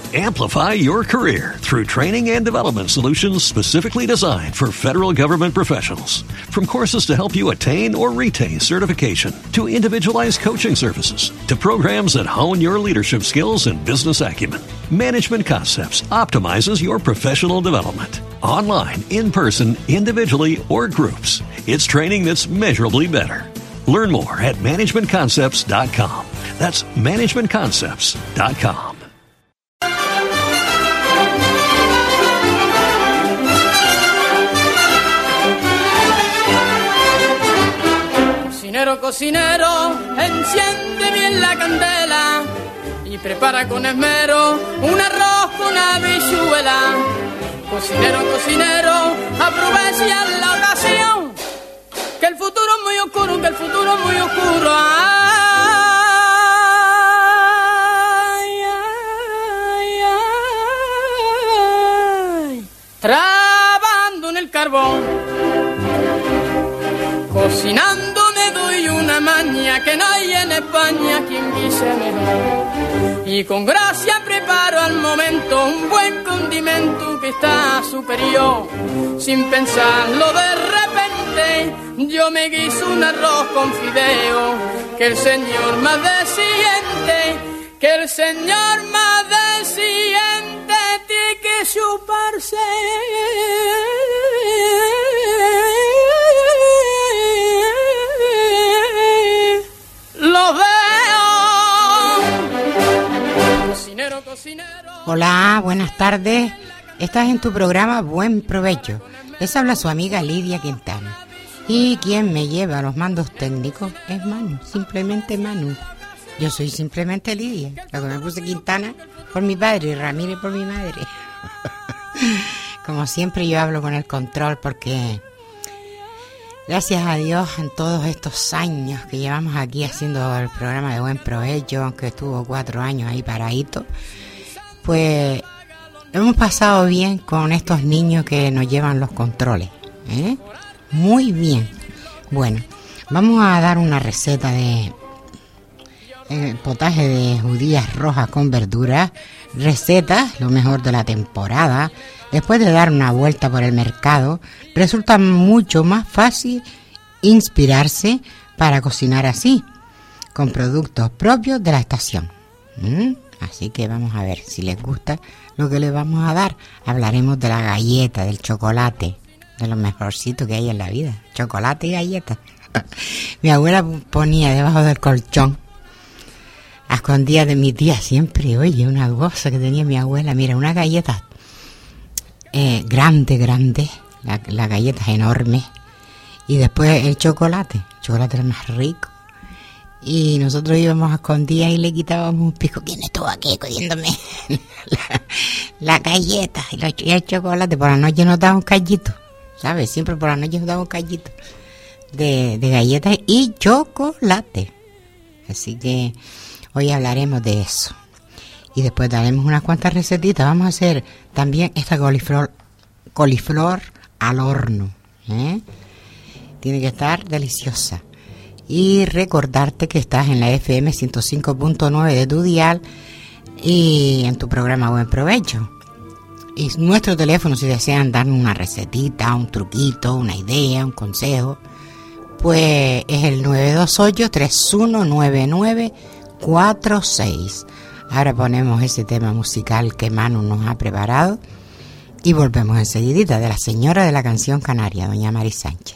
Amplify your career through training and development solutions specifically designed for federal government professionals. From courses to help you attain or retain certification, to individualized coaching services, to programs that hone your leadership skills and business acumen, Management Concepts optimizes your professional development. Online, in person, individually, or groups, it's training that's measurably better. Learn more at managementconcepts.com. That's managementconcepts.com. Cocinero, cocinero, enciende bien la candela y prepara con esmero un arroz con habichuela. Cocinero, cocinero, aprovecha la ocasión, que el futuro es muy oscuro, que el futuro es muy oscuro. Ay, ay, ay, trabando en el carbón, cocinando me doy una maña que no hay en España quien guise mejor. Y con gracia preparo al momento un buen condimento que está superior. Sin pensarlo de repente, yo me guiso un arroz con fideo, que el señor más desciende, que el señor más desciende tiene que chuparse. Los veo. Cocinero, cocinero. Hola, buenas tardes. Estás en tu programa Buen Provecho. Les habla su amiga Lidia Quintana. Y quien me lleva a los mandos técnicos es Manu, simplemente Manu. Yo soy simplemente Lidia, lo que me puse Quintana por mi padre y Ramírez por mi madre. Como siempre yo hablo con el control porque gracias a Dios en todos estos años que llevamos aquí haciendo el programa de Buen Provecho, aunque estuvo 4 años ahí paradito, pues hemos pasado bien con estos niños que nos llevan los controles, ¿eh? Muy bien. Bueno, vamos a dar una receta de potaje de judías rojas con verduras. Recetas, lo mejor de la temporada. Después de dar una vuelta por el mercado, resulta mucho más fácil inspirarse para cocinar así, con productos propios de la estación. Así que vamos a ver si les gusta lo que les vamos a dar. Hablaremos de la galleta, del chocolate, de lo mejorcito que hay en la vida, chocolate y galletas. Mi abuela ponía debajo del colchón, a escondidas de mi tía siempre, oye, una goza que tenía mi abuela, mira, una galleta grande, la galleta es enorme, y después el chocolate era más rico, y nosotros íbamos a escondidas y le quitábamos un pico. ¿Quién estuvo aquí cogiéndome la galleta y el chocolate? Por la noche nos daba un callito, ¿sabes? Siempre por la noche nos daba un callito de galletas y chocolate. Así que hoy hablaremos de eso. Y después daremos unas cuantas recetitas. Vamos a hacer también esta coliflor al horno, ¿eh? Tiene que estar deliciosa. Y recordarte que estás en la FM 105.9 de tu dial y en tu programa Buen Provecho. Y nuestro teléfono, si desean darnos una recetita, un truquito, una idea, un consejo, pues es el 928-319946. Ahora ponemos ese tema musical que Manu nos ha preparado y volvemos enseguidita, de la señora de la canción canaria, doña Mari Sánchez.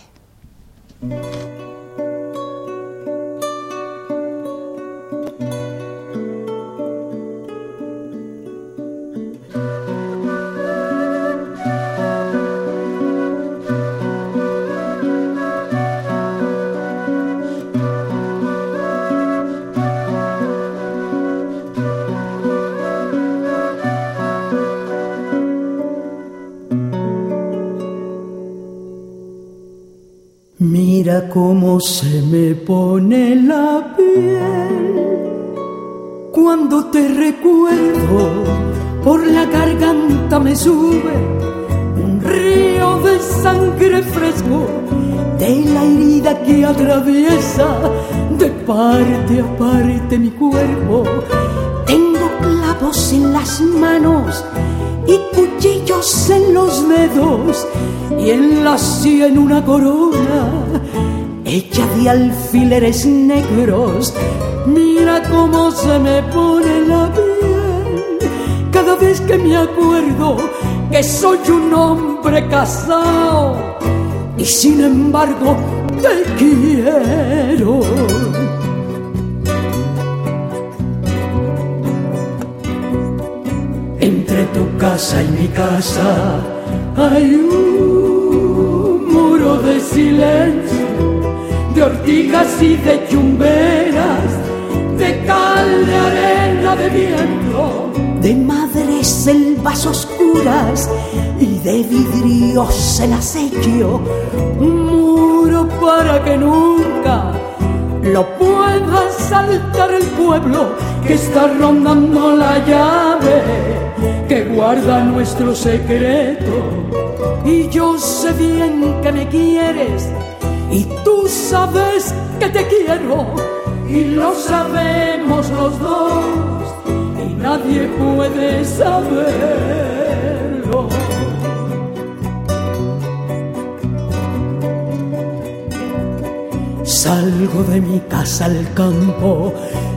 Mira cómo se me pone la piel cuando te recuerdo, por la garganta me sube un río de sangre fresco de la herida que atraviesa de parte a parte mi cuerpo. Tengo clava clavados en las manos y cuchillos en los dedos, y en la sien una corona hecha de alfileres negros. Mira cómo se me pone la piel cada vez que me acuerdo que soy un hombre casado y sin embargo te quiero. Entre tu casa y mi casa hay un muro de silencio, de ortigas y de chumberas, de cal, de arena, de viento, de madres selvas oscuras y de vidrios en acecho. Un muro para que nunca lo pueda saltar el pueblo que está rondando la llave que guarda nuestro secreto. Y yo sé bien que me quieres y tú sabes que te quiero, y lo sabemos los dos y nadie puede saberlo. Salgo de mi casa al campo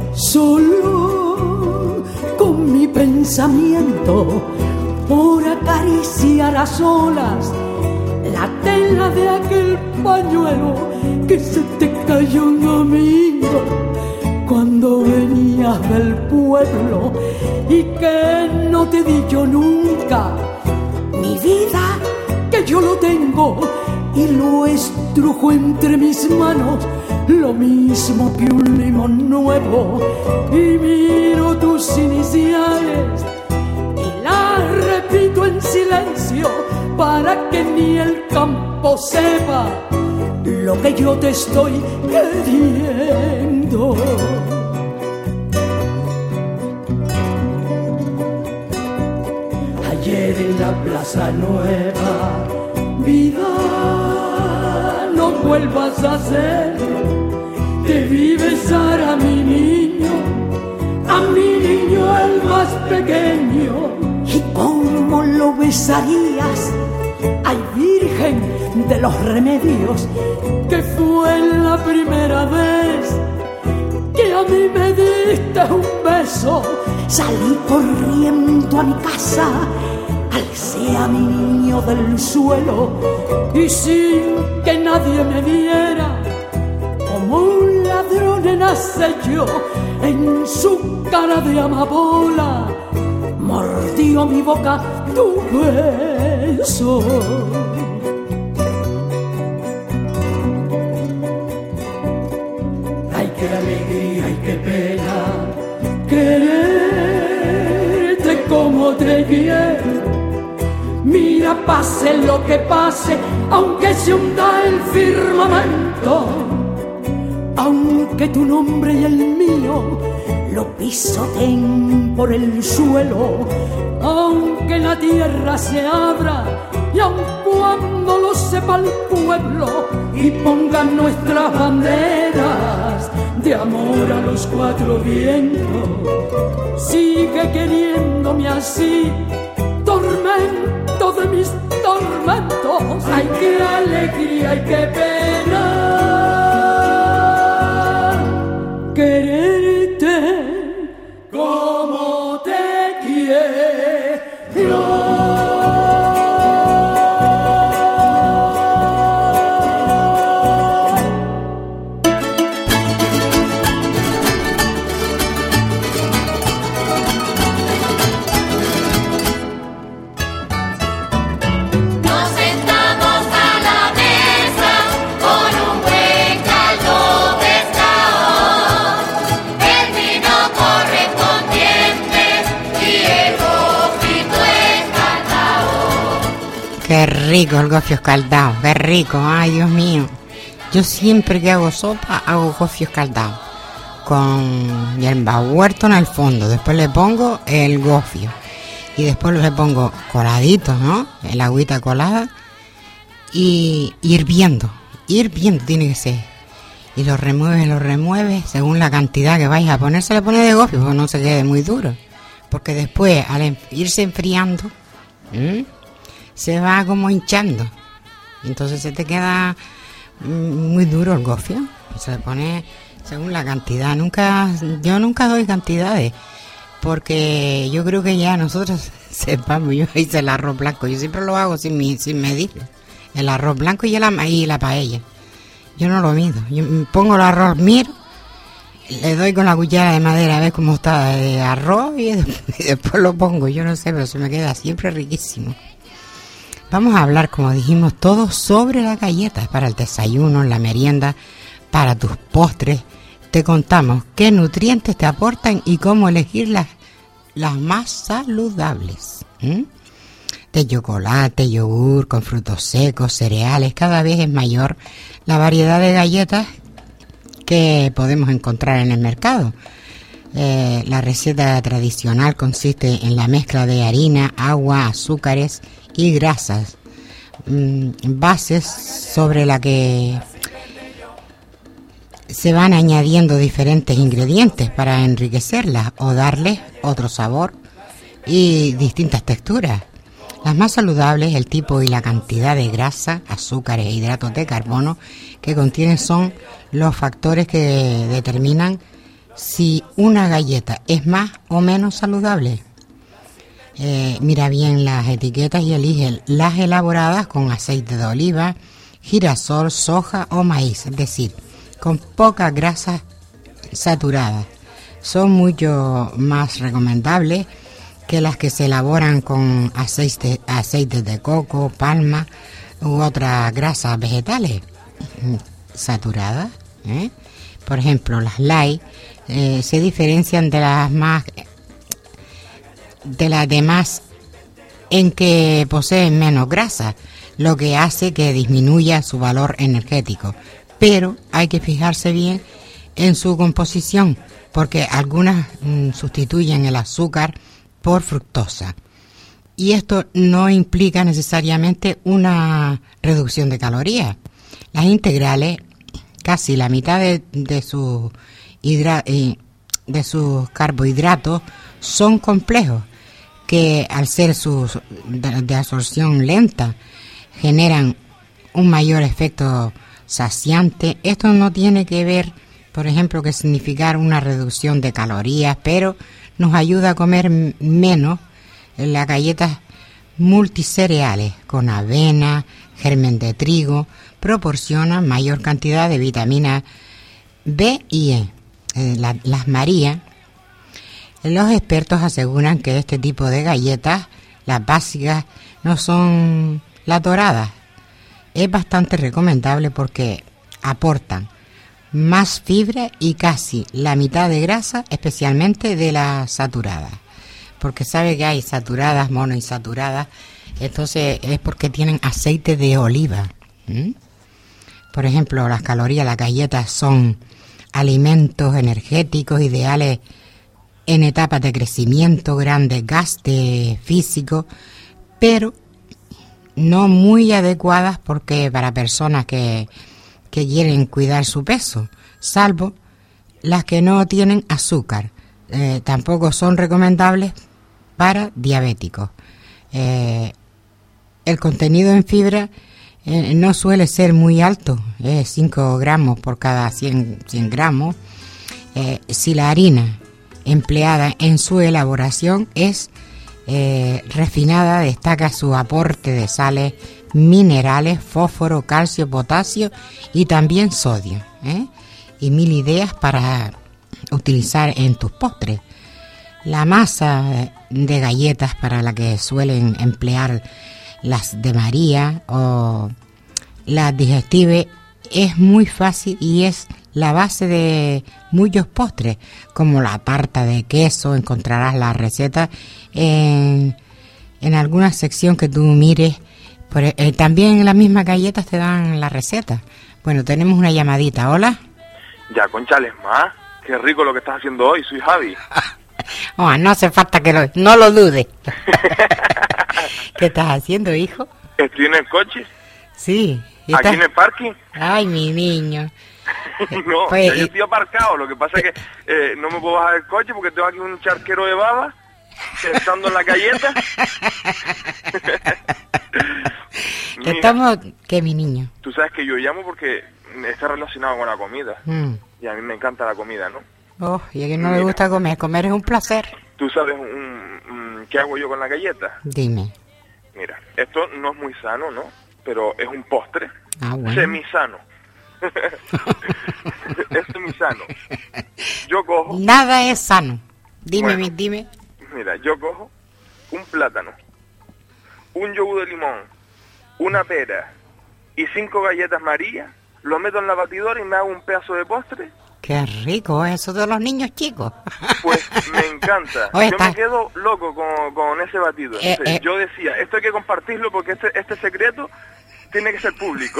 solo con mi pensamiento por acariciar a solas la tela de aquel pañuelo que se te cayó un domingo cuando venías del pueblo y que no te di yo nunca. Mi vida, que yo lo tengo y lo estrujo entre mis manos, lo mismo que un limón nuevo, y miro tus iniciales y las repito en silencio para que ni el campo sepa lo que yo te estoy queriendo. Ayer en la Plaza Nueva, vida, no vuelvas a hacer. Te vi besar a mi niño el más pequeño. ¿Y cómo lo besarías? Ay, Virgen de los Remedios, que fue la primera vez que a mí me diste un beso. Salí corriendo a mi casa, alcé a mi niño del suelo y sin que nadie me viera, como un ladrón en acecho, en su cara de amapola mordió mi boca tu beso. Ay, qué alegría y qué pena quererte como te quiero. Mira, pase lo que pase, aunque se hunda el firmamento, aunque tu nombre y el mío lo pisoteen por el suelo, aunque la tierra se abra y aun cuando lo sepa el pueblo y pongan nuestras banderas de amor a los cuatro vientos, sigue queriéndome así, tormento de mis tormentos. Ay, qué alegría y qué pena quererte como te quiero. Qué rico el gofio escaldado, qué rico, ay Dios mío. Yo siempre que hago sopa hago gofio escaldado con hierba huerto en el fondo, después le pongo el gofio y después le pongo coladito, ¿no? El agüita colada y hirviendo tiene que ser. Y lo remueves según la cantidad que vayas a poner, se le pone de gofio, porque no se quede muy duro. porque después al irse enfriando, se va como hinchando. Entonces se te queda muy duro el gofio. Se pone según la cantidad. Yo nunca doy cantidades, porque yo creo que ya nosotros sepamos. Yo hice el arroz blanco, yo siempre lo hago sin medir. El arroz blanco y la paella. Yo no lo mido. Yo pongo el arroz, miro, le doy con la cuchara de madera a ver cómo está el arroz y después lo pongo. Yo no sé, pero se me queda siempre riquísimo. Vamos a hablar, como dijimos, todo sobre las galletas para el desayuno, la merienda, para tus postres. Te contamos qué nutrientes te aportan y cómo elegir las más saludables. De chocolate, yogur, con frutos secos, cereales. Cada vez es mayor la variedad de galletas que podemos encontrar en el mercado. La receta tradicional consiste en la mezcla de harina, agua, azúcares y grasas, bases sobre la que se van añadiendo diferentes ingredientes para enriquecerlas o darles otro sabor y distintas texturas. Las más saludables, el tipo y la cantidad de grasa, azúcares e hidratos de carbono que contienen son los factores que determinan si una galleta es más o menos saludable. Mira bien las etiquetas y elige las elaboradas con aceite de oliva, girasol, soja o maíz, es decir, con pocas grasas saturadas. Son mucho más recomendables que las que se elaboran con aceites de coco, palma u otras grasas vegetales saturadas. Por ejemplo, las light se diferencian de las demás en que poseen menos grasa, lo que hace que disminuya su valor energético. Pero hay que fijarse bien en su composición, porque algunas sustituyen el azúcar por fructosa. Y esto no implica necesariamente una reducción de calorías. Las integrales, casi la mitad de sus carbohidratos son complejos, que al ser de absorción lenta generan un mayor efecto saciante. Esto no tiene que ver, por ejemplo, que significar una reducción de calorías, pero nos ayuda a comer menos las galletas multicereales con avena, germen de trigo, proporcionan mayor cantidad de vitaminas B y E. Las Marías, los expertos aseguran que este tipo de galletas, las básicas, no son las doradas. Es bastante recomendable porque aportan más fibra y casi la mitad de grasa, especialmente de las saturadas. Porque sabe que hay saturadas, monoinsaturadas, entonces es porque tienen aceite de oliva. Por ejemplo, las calorías, las galletas son alimentos energéticos ideales en etapas de crecimiento, gran desgaste físico, pero no muy adecuadas porque para personas que quieren cuidar su peso, salvo las que no tienen azúcar. Tampoco son recomendables para diabéticos. El contenido en fibra no suele ser muy alto, 5 gramos por cada 100 gramos. Si la harina empleada en su elaboración es refinada, destaca su aporte de sales, minerales, fósforo, calcio, potasio y también sodio. Y 1000 ideas para utilizar en tus postres. La masa de galletas para la que suelen emplear las de María o las digestive es muy fácil y es la base de muchos postres, como la tarta de queso. Encontrarás la receta en alguna sección que tú mires. También en las mismas galletas te dan la receta. Bueno, tenemos una llamadita. ¿Hola? Ya, conchales más. Qué rico lo que estás haciendo hoy. Soy Javi. No hace falta que no lo dudes. ¿Qué estás haciendo, hijo? Estoy en el coche. Sí. ¿Aquí en el parking? Ay, mi niño. No, yo estoy aparcado. Lo que pasa es que no me puedo bajar del coche porque tengo aquí un charquero de baba pensando en la galleta. Estamos... ¿Qué, mi niño? Tú sabes que yo llamo porque está relacionado con la comida. Y a mí me encanta la comida, ¿no? Oh, y a quien no le gusta comer. Comer es un placer. ¿Tú sabes qué hago yo con la galleta? Dime. Mira, esto no es muy sano, ¿no? Pero es un postre Bueno. semisano. Es semisano. Yo cojo... Nada es sano. Dime, Bueno. dime. Mira, yo cojo un plátano, un yogur de limón, una pera y 5 galletas María, lo meto en la batidora y me hago un pedazo de postre. Qué rico eso de los niños chicos. Pues me encanta. Oye, Yo está... me quedo loco con ese batido. Entonces, yo decía, esto hay que compartirlo porque este secreto tiene que ser público.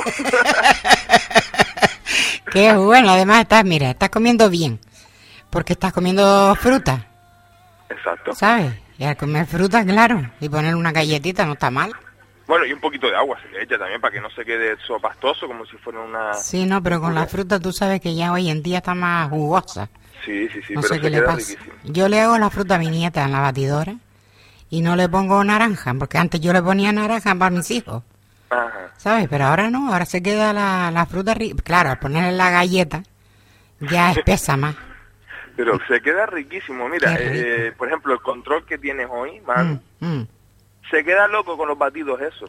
Qué bueno, además estás comiendo bien, porque estás comiendo fruta, Exacto. ¿sabes? Y al comer fruta, claro, y poner una galletita no está mal. Bueno, y un poquito de agua se le echa también para que no se quede eso pastoso como si fuera una... Sí, no, pero con la fruta tú sabes que ya hoy en día está más jugosa. Sí, No pero sé se qué le queda pasa. riquísimo. Yo le hago la fruta a mi nieta en la batidora y no le pongo naranja, porque antes yo le ponía naranja para mis hijos, Ajá. ¿sabes? Pero ahora no, ahora se queda la fruta claro, al ponerle la galleta ya espesa más. Pero se queda riquísimo. Mira, Qué rico. por ejemplo, el control que tienes hoy, man, Mm. se queda loco con los batidos esos.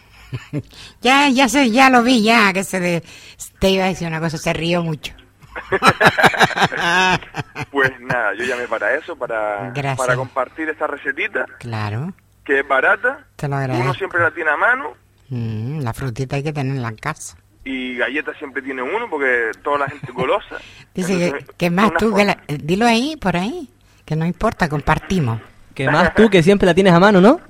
Ya lo vi, ya, que te iba a decir una cosa, se rió mucho. Pues nada, yo llamé para eso, para Gracias. compartir esta recetita, Claro, que es barata, te lo uno agradezco. siempre la tiene a mano, La frutita hay que tenerla en casa. y galletas siempre tiene uno, porque toda la gente es golosa. Dice Entonces, que más una tú, forma- dilo ahí, por ahí, que no importa, compartimos. Que más tú que siempre la tienes a mano, ¿no?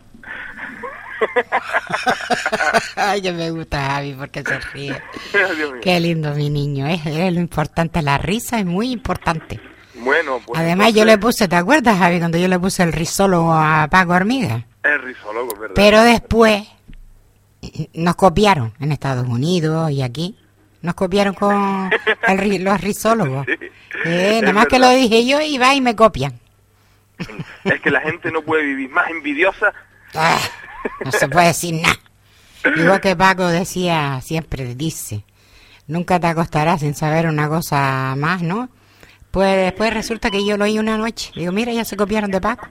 Ay, que me gusta Javi porque se ríe. Dios mío. Qué lindo mi niño, es lo importante, la risa es muy importante. Bueno, pues Además yo le entonces, puse, ¿te acuerdas Javi, cuando yo le puse el risólogo a Paco Hormiga? es risólogo, ¿verdad? Pero después nos copiaron en Estados Unidos y aquí. Nos copiaron con los risólogos. es Nada más que verdad. lo dije yo y va y me copian. Es que la gente no puede vivir más envidiosa. Ah, no se puede decir nada. Igual que Paco decía, siempre dice, nunca te acostarás sin saber una cosa más, ¿no? Pues después resulta que yo lo oí una noche. Digo, mira, ya se copiaron de Paco.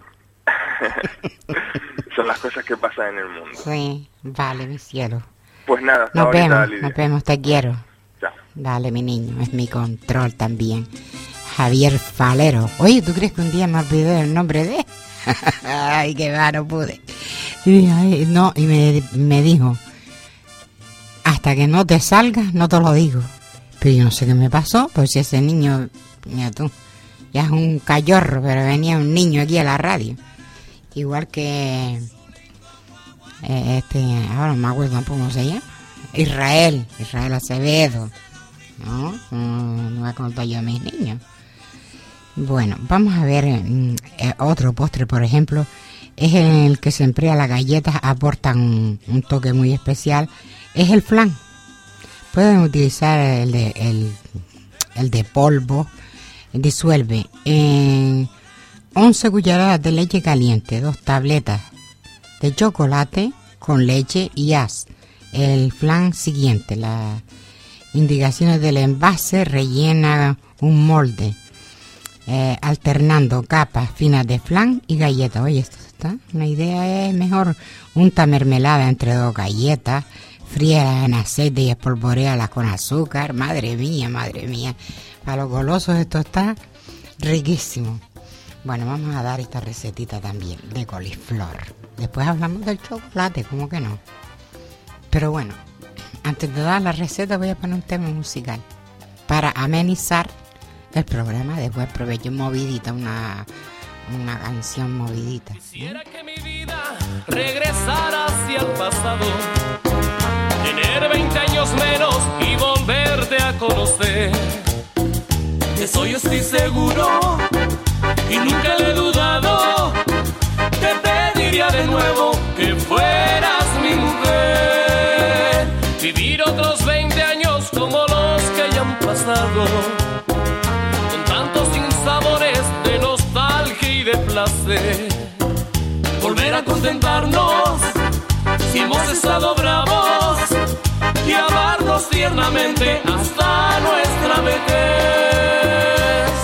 Son las cosas que pasan en el mundo. Sí, vale, mi cielo. Pues nada, hasta Nos ahorita, vemos, Lidia. nos vemos, te quiero. Chao. Dale, mi niño, es mi control también. Javier Falero. Oye, ¿tú crees que un día me olvidé el nombre de? Ay, qué va, no pude. Y dije, ay, no, y me dijo, hasta que no te salgas, no te lo digo. Pero yo no sé qué me pasó, pues si ese niño, mira tú, ya es un cachorro, pero venía un niño aquí a la radio. Igual que, ahora no me acuerdo tampoco cómo se llama. Israel Acevedo. No voy a contar yo a mis niños. Bueno, vamos a ver otro postre, por ejemplo, es el que se emplea las galletas, aportan un toque muy especial, es el flan. Pueden utilizar el de polvo, disuelve en 11 cucharadas de leche caliente, 2 tabletas de chocolate con leche y haz el flan siguiente. Las indicaciones del envase: rellena un molde alternando capas finas de flan y galletas. Oye, esto está, una idea es mejor. Unta mermelada entre 2 galletas, fríelas en aceite y espolvoréalas con azúcar. Madre mía, para los golosos esto está riquísimo. Bueno, vamos a dar esta recetita también de coliflor. Después hablamos del chocolate, ¿cómo que no? Pero bueno, antes de dar la receta voy a poner un tema musical para amenizar el programa. Después provecho movidita, una canción movidita. Quisiera que mi vida regresara hacia el pasado, tener 20 años menos y volverte a conocer. De eso yo estoy seguro y nunca le he dudado. Te pediría de nuevo que fueras mi mujer, vivir otros 20 años como los que hayan pasado, con tantos sinsabores de nostalgia y de placer. a contentarnos si hemos estado bravos y amarnos tiernamente hasta nuestra vejez.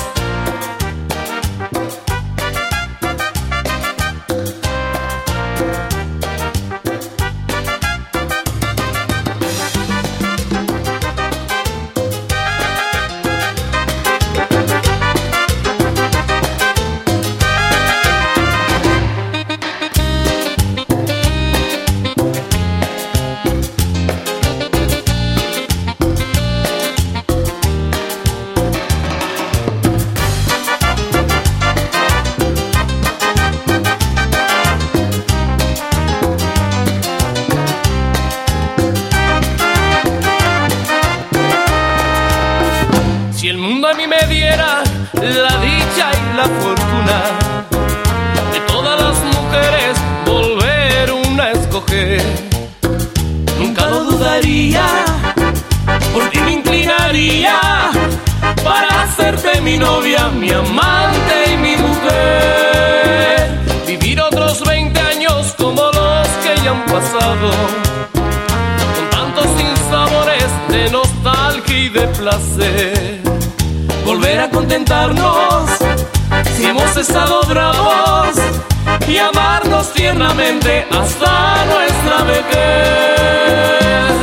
Si el mundo a mí me diera la dicha y la fortuna de todas las mujeres volver una a escoger, nunca lo dudaría, por ti me inclinaría para hacerte mi novia, mi amante y mi mujer. Vivir otros 20 años como los que ya han pasado, con tantos sinsabores de nostalgia y de placer. Volver a contentarnos si hemos estado bravos y amarnos tiernamente hasta nuestra vejez.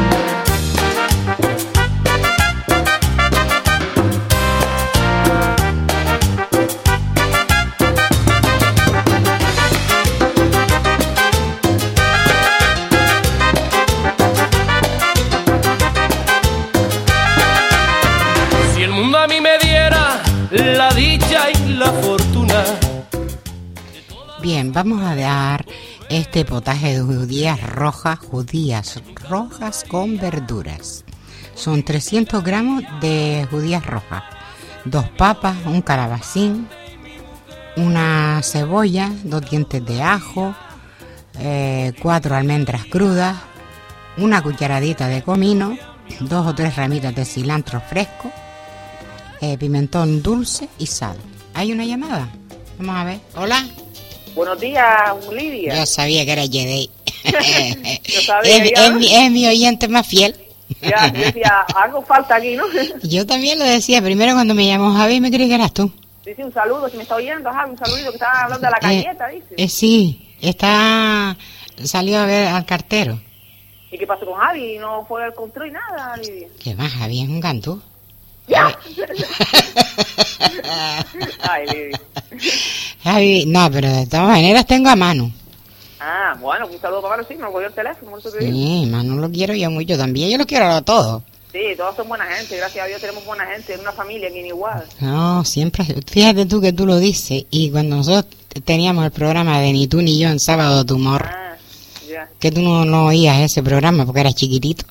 A mí me diera la dicha y la fortuna. Bien, vamos a dar este potaje de judías rojas con verduras. Son 300 gramos de judías rojas, 2 papas, un calabacín, una cebolla, 2 dientes de ajo, 4 almendras crudas, una cucharadita de comino, 2 o 3 ramitas de cilantro fresco, pimentón dulce y sal. ¿Hay una llamada? Vamos a ver. Hola. Buenos días, Lidia. Yo sabía que era Yedei. Yo sabía, es mi oyente más fiel. Ya, yo decía, algo falta aquí, ¿no? Yo también lo decía. Primero cuando me llamó Javi me creí que eras tú. Sí, un saludo, si me está oyendo, Javi, un saludito, que estaba hablando de la galleta, dice. Sí, salió a ver al cartero. ¿Y qué pasó con Javi? ¿No fue al control y nada, Lidia? ¿Qué más? Javi es un gandú. ¡Ya! Ay, Lidia. Javi, no, pero de todas maneras tengo a Manu. Ah, bueno, un saludo para Manu, sí, me cogió el teléfono. Sí, Manu lo quiero yo mucho también, yo lo quiero a todos. Sí, todos son buena gente, gracias a Dios tenemos buena gente, en una familia aquí en igual. No, siempre, fíjate tú que tú lo dices, y cuando nosotros teníamos el programa de Ni tú ni yo en Sábado de Humor, ya. Que tú no oías ese programa porque eras chiquitito.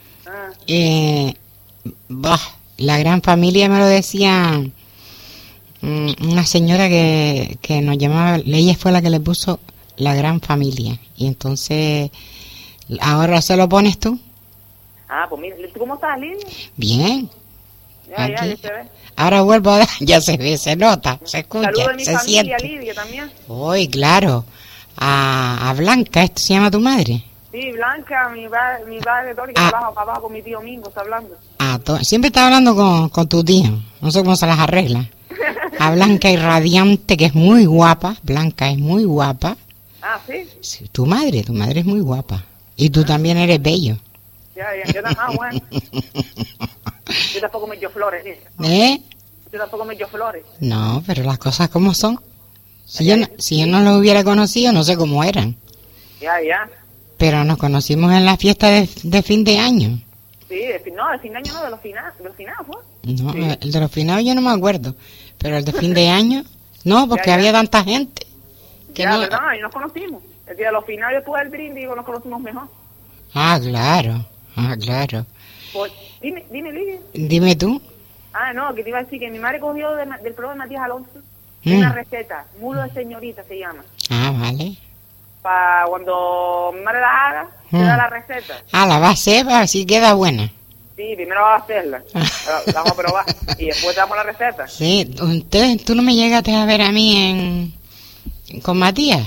La gran familia me lo decía una señora que nos llamaba, ella fue la que le puso la gran familia, y entonces ahora se lo pones tú. Ah, pues mira, ¿tú cómo estás, Lidia? Bien. Ya se ve. Ahora vuelvo a dar, ya se ve, se nota, se escucha, saludo de mi se familia, siente. Lidia, también. Uy, claro, a Blanca, ¿esto se llama tu madre? Sí, Blanca, mi padre Tony, que trabaja abajo con mi tío Mingo, está hablando. Siempre está hablando con tu tío, no sé cómo se las arregla. A Blanca y radiante, que es muy guapa, Blanca es muy guapa. Ah, ¿sí? Sí, tu madre es muy guapa. Y tú también eres bello. Ya, yo también, bueno. Yo tampoco me echo flores, ¿sí? Yo tampoco me echo flores. No, pero las cosas como son. Si yo no los hubiera conocido, no sé cómo eran. Ya. Pero nos conocimos en la fiesta de fin de año. Sí, de fin de año no, de los finados, ¿fue? No, sí. El de los finados yo no me acuerdo. Pero el de fin de año, no, porque había tanta gente. ¿Verdad? Y nos conocimos. El día de los finados después del brindis y nos conocimos mejor. Ah, claro. Pues, dime, Lidia. Dime tú. Ah, no, que te iba a decir que mi madre cogió del programa de Matías Alonso una receta, mulo de señorita se llama. Ah, vale. Para cuando mi madre la haga, te da la receta. Ah, la va a hacer para ver si queda buena. Sí, primero va a hacerla. La vamos a probar. Y después te damos la receta. Sí, entonces tú no me llegaste a ver a mí con Matías.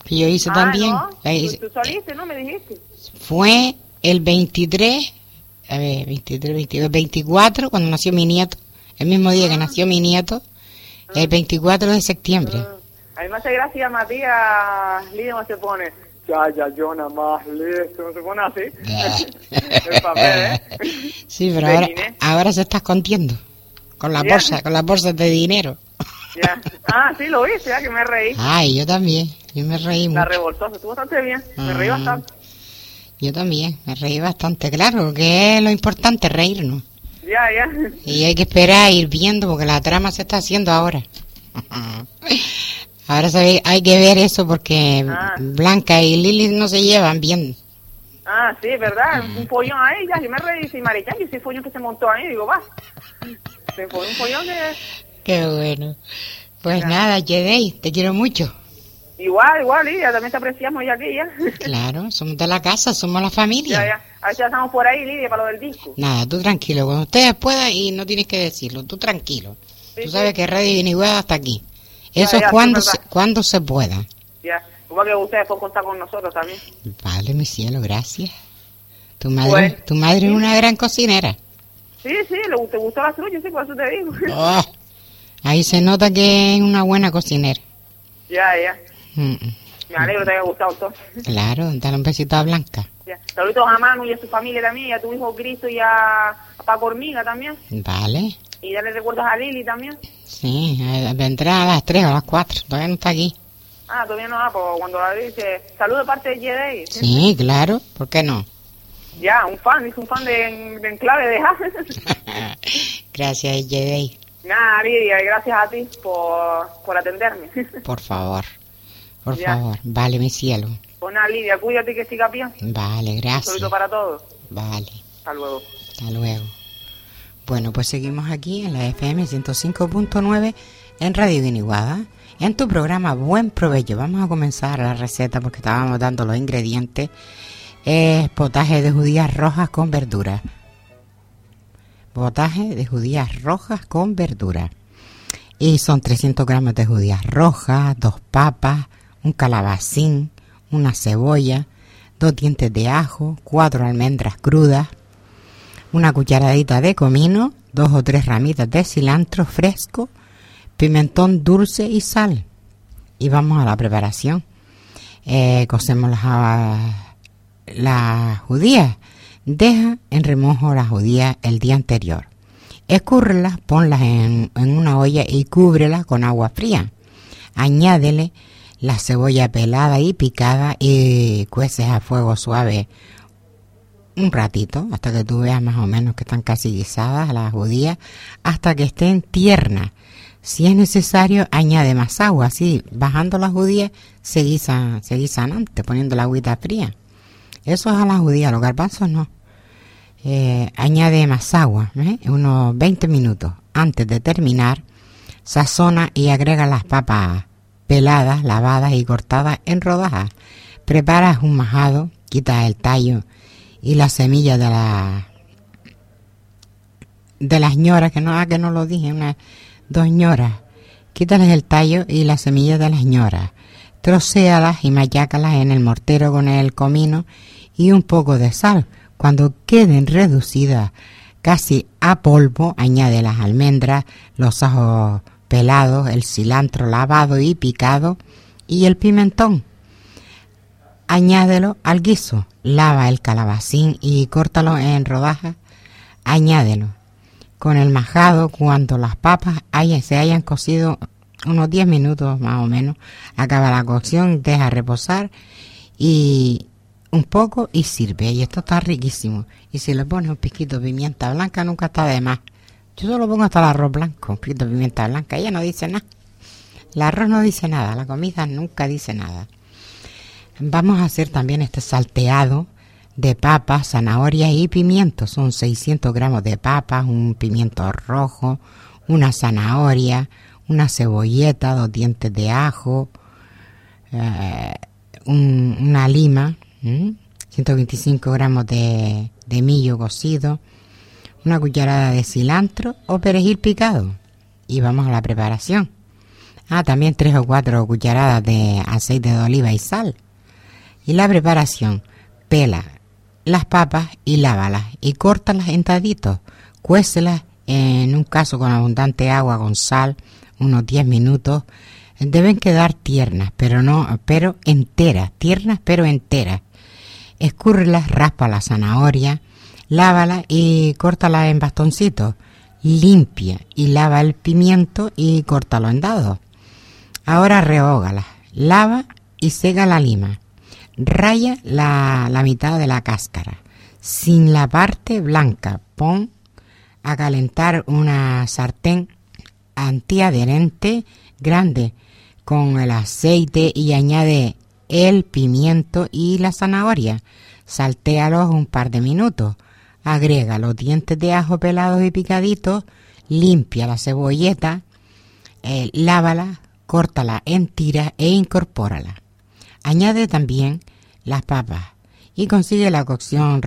que yo hice también. No. Tú saliste, ¿no? Me dijiste. Fue el 23, a ver, 23, 22, 24, cuando nació mi nieto. El mismo día que nació mi nieto, el 24 de septiembre. A mí me hace gracia, Matías, Lidia no se pone, ya, yo nada más, listo, no se pone así. El papel, Sí, pero ahora se está escondiendo con la bolsa, con las bolsas de dinero. Ya. Sí, lo viste, ya que me reí. Ay, yo también, yo me reí mucho. La revoltosa, estuvo bastante bien, me reí bastante. Yo también, me reí bastante, claro, que es lo importante, reírnos. Ya. Y hay que esperar a ir viendo, porque la trama se está haciendo ahora. Ahora hay que ver eso, porque Blanca y Lili no se llevan bien. Sí, ¿verdad? Un follón ahí, ya, yo me reí, y Marichán, y ese follón que se montó ahí, digo, va. Se fue un follón que... Qué bueno. Pues nada, Yedei, te quiero mucho. Igual, Lidia, también te apreciamos ya aquí, ya. Claro, somos de la casa, somos la familia. Ya. A ver si estamos por ahí, Lidia, para lo del disco. Nada, tú tranquilo, cuando ustedes puedan, y no tienes que decirlo, tú tranquilo. Sí, tú sabes que Radio Guiniguada hasta aquí. Eso es cuando se pueda. Ya, como que ustedes pueden contar con nosotros también. Vale, mi cielo, gracias. Tu madre es una gran cocinera. Sí, te gustó la trucha, sí, por eso te digo. Ahí se nota que es una buena cocinera. Ya. Me alegro que te haya gustado todo. Claro, dale un besito a Blanca. Ya. Saludos a Manu y a su familia también, y a tu hijo Cristo y a Paco Hormiga también. Vale. Y dale recuerdos a Lili también. Sí, vendrá a las 3 o a las 4, todavía no está aquí. Todavía no pues cuando la dice, saludos de parte de Yedei. Sí, claro, ¿por qué no? Ya, un fan de Enclave de Gracias, Yedei. Nada, Lidia, gracias a ti por atenderme. Por favor, vale, mi cielo. Pues nada, Lidia, cuídate que siga bien. Vale, gracias. Un saludo para todos. Vale. Hasta luego. Hasta luego. Bueno, pues seguimos aquí en la FM 105.9 en Radio Guiniguada, en tu programa Buen Provecho. Vamos a comenzar la receta porque estábamos dando los ingredientes. Es potaje de judías rojas con verduras. Potaje de judías rojas con verduras. Y son 300 gramos de judías rojas, 2 papas, un calabacín, una cebolla, 2 dientes de ajo, 4 almendras crudas, una cucharadita de comino, 2 o 3 ramitas de cilantro fresco, pimentón dulce y sal. Y vamos a la preparación. Cocemos las judías. Deja en remojo las judías el día anterior. Escúrrelas, ponlas en una olla y cúbrelas con agua fría. Añádele la cebolla pelada y picada y cueces a fuego suave un ratito, hasta que tú veas más o menos que están casi guisadas las judías, hasta que estén tiernas. Si es necesario, añade más agua, así bajando las judías se guisan antes, poniendo la agüita fría. Eso es a las judías, los garbanzos no. Añade más agua, unos 20 minutos. Antes de terminar, sazona y agrega las papas peladas, lavadas y cortadas en rodajas. Preparas un majado, quitas el tallo y las semillas de las ñoras, que no lo dije, 2 ñoras. Quítales el tallo y las semillas de las ñoras. Trocéalas y mayácalas en el mortero con el comino y un poco de sal. Cuando queden reducidas casi a polvo, añade las almendras, los ajos pelados, el cilantro lavado y picado y el pimentón. Añádelo al guiso. Lava el calabacín y córtalo en rodajas. Añádelo. Con el majado, cuando las papas se hayan cocido unos 10 minutos más o menos, acaba la cocción, deja reposar y un poco y sirve. Y esto está riquísimo. Y si le pones un piquito de pimienta blanca, nunca está de más. Yo solo pongo hasta el arroz blanco, un piquito de pimienta blanca. Ella no dice nada. El arroz no dice nada, la comida nunca dice nada. Vamos a hacer también este salteado de papas, zanahorias y pimientos. Son 600 gramos de papas, un pimiento rojo, una zanahoria, una cebolleta, 2 dientes de ajo, una lima, 125 gramos de millo cocido, una cucharada de cilantro o perejil picado. Y vamos a la preparación. También 3 o 4 cucharadas de aceite de oliva y sal. Y la preparación: pela las papas y lávalas y córtalas en daditos. Cuécelas en un caso con abundante agua con sal, unos 10 minutos. Deben quedar tiernas, pero enteras, tiernas pero enteras. Escúrrelas, raspa la zanahoria, lávala y córtala en bastoncitos. Limpia y lava el pimiento y córtalo en dados. Ahora rehógalas, lava y sega la lima. Raya la mitad de la cáscara. Sin la parte blanca, pon a calentar una sartén antiadherente grande con el aceite y añade el pimiento y la zanahoria. Saltéalos un par de minutos. Agrega los dientes de ajo pelados y picaditos. Limpia la cebolleta. Lávala, córtala en tiras e incorpórala. Añade también las papas y prosigue la cocción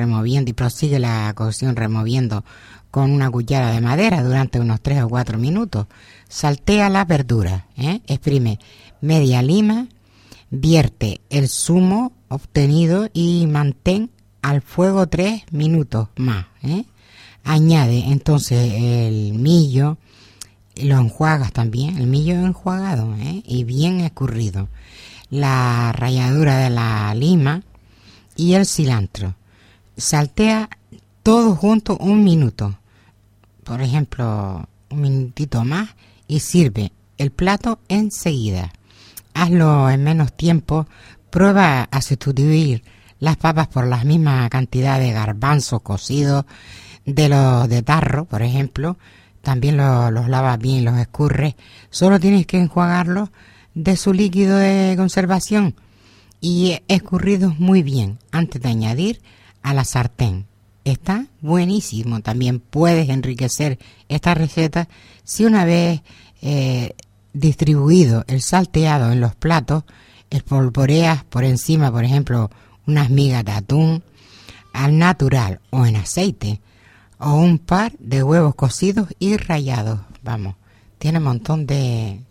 removiendo con una cuchara de madera durante unos 3 o 4 minutos. Saltea las verduras, exprime media lima, vierte el zumo obtenido y mantén al fuego 3 minutos más. Añade entonces el millo, lo enjuagas también, el millo enjuagado y bien escurrido, la ralladura de la lima y el cilantro. Saltea todo junto 1 minuto, por ejemplo, 1 minutito más, y sirve el plato enseguida. Hazlo en menos tiempo. Prueba a sustituir las papas por la misma cantidad de garbanzos cocidos de los de tarro, por ejemplo. También los lavas bien, los escurres. Solo tienes que enjuagarlos de su líquido de conservación y escurridos muy bien antes de añadir a la sartén. Está buenísimo. También puedes enriquecer esta receta si una vez distribuido el salteado en los platos, espolvoreas por encima, por ejemplo, unas migas de atún al natural o en aceite, o un par de huevos cocidos y rallados. Vamos, tiene un montón de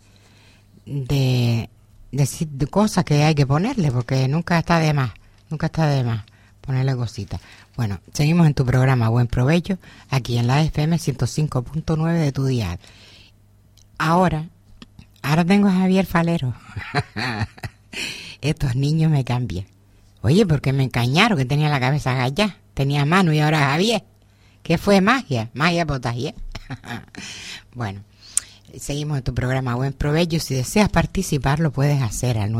cosas que hay que ponerle, porque nunca está de más ponerle cositas. Bueno, seguimos en tu programa Buen Provecho, aquí en la FM 105.9 de tu dial. Ahora tengo a Javier Falero. Estos niños me cambian. Oye, porque me engañaron que tenía la cabeza agachada, tenía mano y ahora Javier. ¿Qué fue? Magia potaje. Bueno, seguimos en tu programa Buen Provecho. Si deseas participar, lo puedes hacer al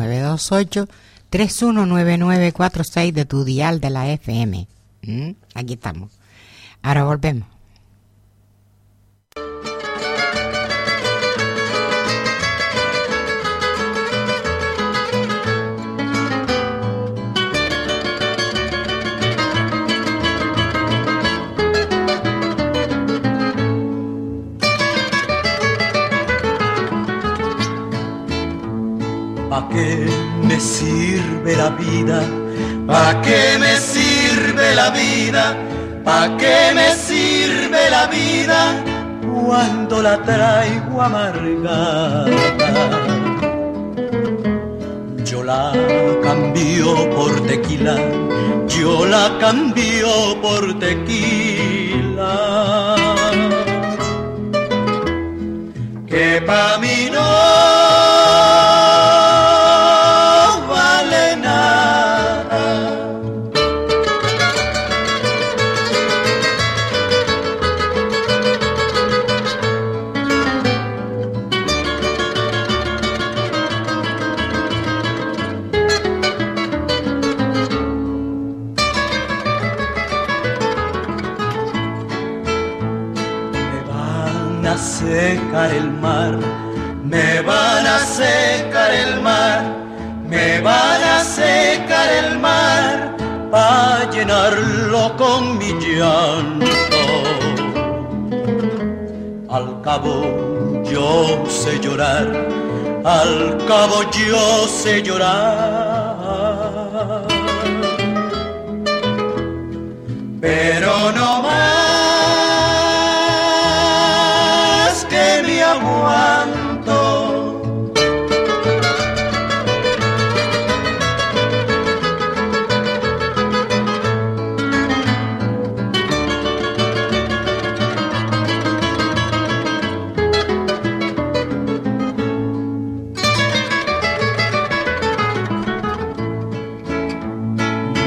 928-319946 de tu dial de la FM. Aquí estamos. Ahora volvemos. ¿Pa' qué me sirve la vida? ¿Pa' qué me sirve la vida? ¿Pa' qué me sirve la vida cuando la traigo amargada? Yo la cambio por tequila, yo la cambio por tequila, que pa' mí no secar el mar, me van a secar el mar, me van a secar el mar, pa' llenarlo con mi llanto. Al cabo yo sé llorar, al cabo yo sé llorar, pero no más aguanto,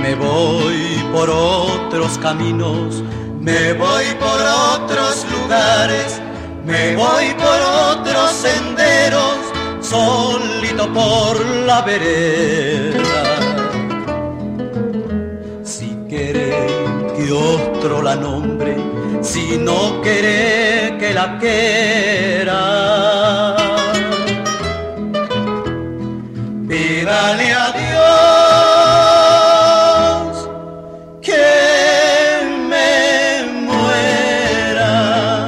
me voy por otros caminos, me voy por otros lugares, me voy por otros senderos, solito por la vereda. Si querés que otro la nombre, si no querés que la quiera, pídale a Dios que me muera.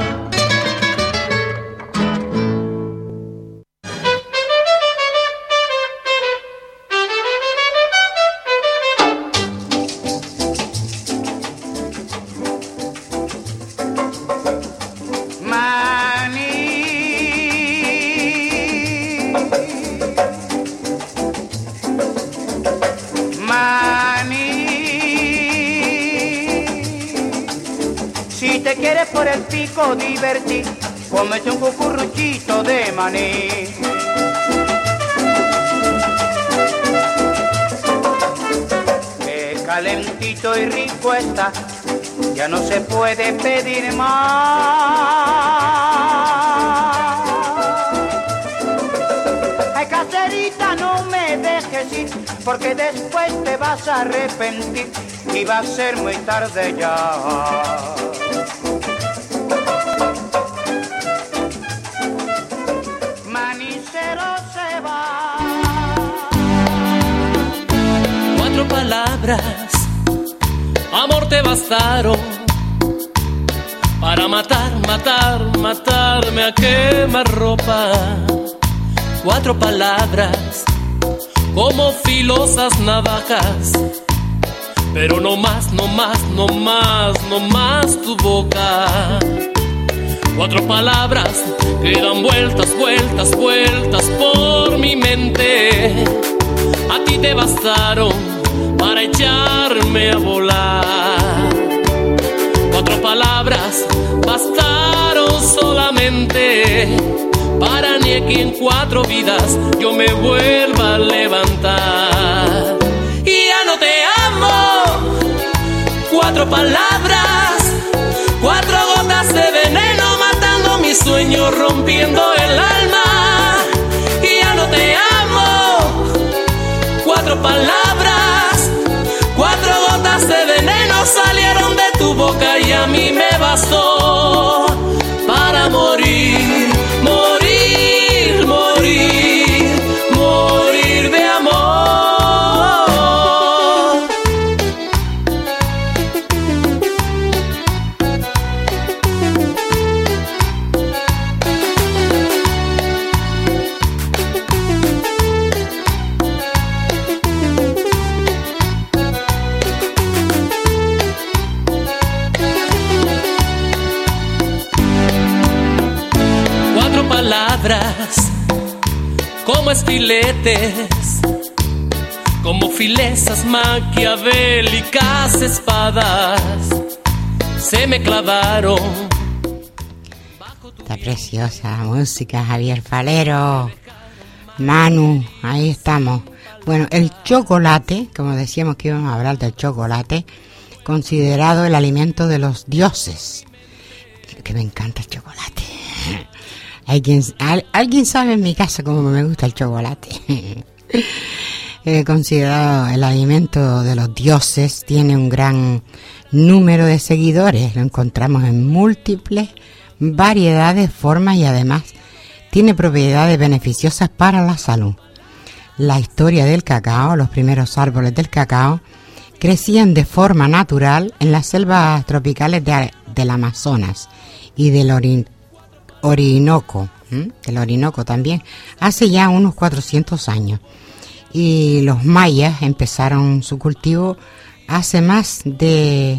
Si te quieres por el pico divertir, cómete un cucurruchito de maní. Qué calentito y rico está, ya no se puede pedir más. Ay, caserita, no me dejes ir, porque después te vas a arrepentir y va a ser muy tarde ya. Manicero se va. 4 palabras, amor, te bastaron para matarme a quemarropa. 4 palabras, como filosas navajas, pero no más tu boca. 4 palabras que dan vueltas por mi mente. A ti te bastaron para echarme a volar. 4 palabras bastaron solamente para ni que en 4 vidas yo me vuelva a levantar. Y ya no te amo. 4 palabras, 4 gotas de veneno matando mis sueños, rompiendo el alma. Y ya no te amo. 4 palabras, 4 gotas de veneno salieron de tu boca y a mí me bastó para morir, morir, morir, morir de amor. Palabras como estiletes, como filezas maquiavélicas espadas, se me clavaron. Está preciosa la música, Javier Falero. Manu, ahí estamos. Bueno, el chocolate, como decíamos que íbamos a hablar del chocolate, considerado el alimento de los dioses. Que me encanta el chocolate. ¿Alguien sabe en mi casa cómo me gusta el chocolate? Considerado el alimento de los dioses, tiene un gran número de seguidores. Lo encontramos en múltiples variedades, formas y además tiene propiedades beneficiosas para la salud. La historia del cacao, los primeros árboles del cacao, crecían de forma natural en las selvas tropicales del Amazonas y del Orinoco también, hace ya unos 400 años. Y los mayas empezaron su cultivo hace más de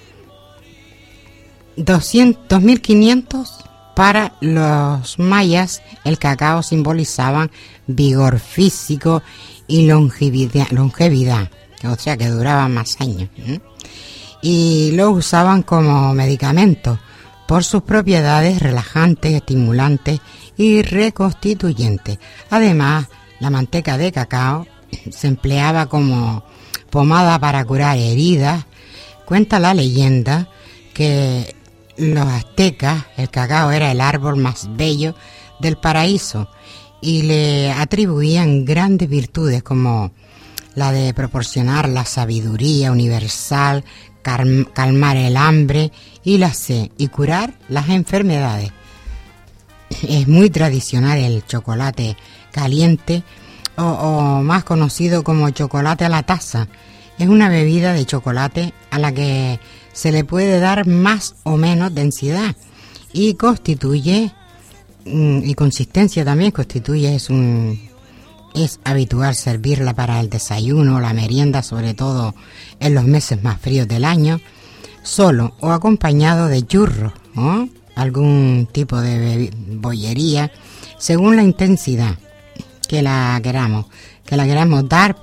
2500. Para los mayas, el cacao simbolizaba vigor físico y longevidad, o sea que duraba más años. Y lo usaban como medicamento por sus propiedades relajantes, estimulantes y reconstituyentes. Además, la manteca de cacao se empleaba como pomada para curar heridas. Cuenta la leyenda que los aztecas, el cacao era el árbol más bello del paraíso y le atribuían grandes virtudes como la de proporcionar la sabiduría universal, calmar el hambre y la sed y curar las enfermedades. Es muy tradicional el chocolate caliente o más conocido como chocolate a la taza. Es una bebida de chocolate a la que se le puede dar más o menos densidad y constituye y consistencia también constituye. Es habitual servirla para el desayuno o la merienda, sobre todo en los meses más fríos del año, solo o acompañado de churros, ¿no? Algún tipo de bollería, según la intensidad que la queramos dar.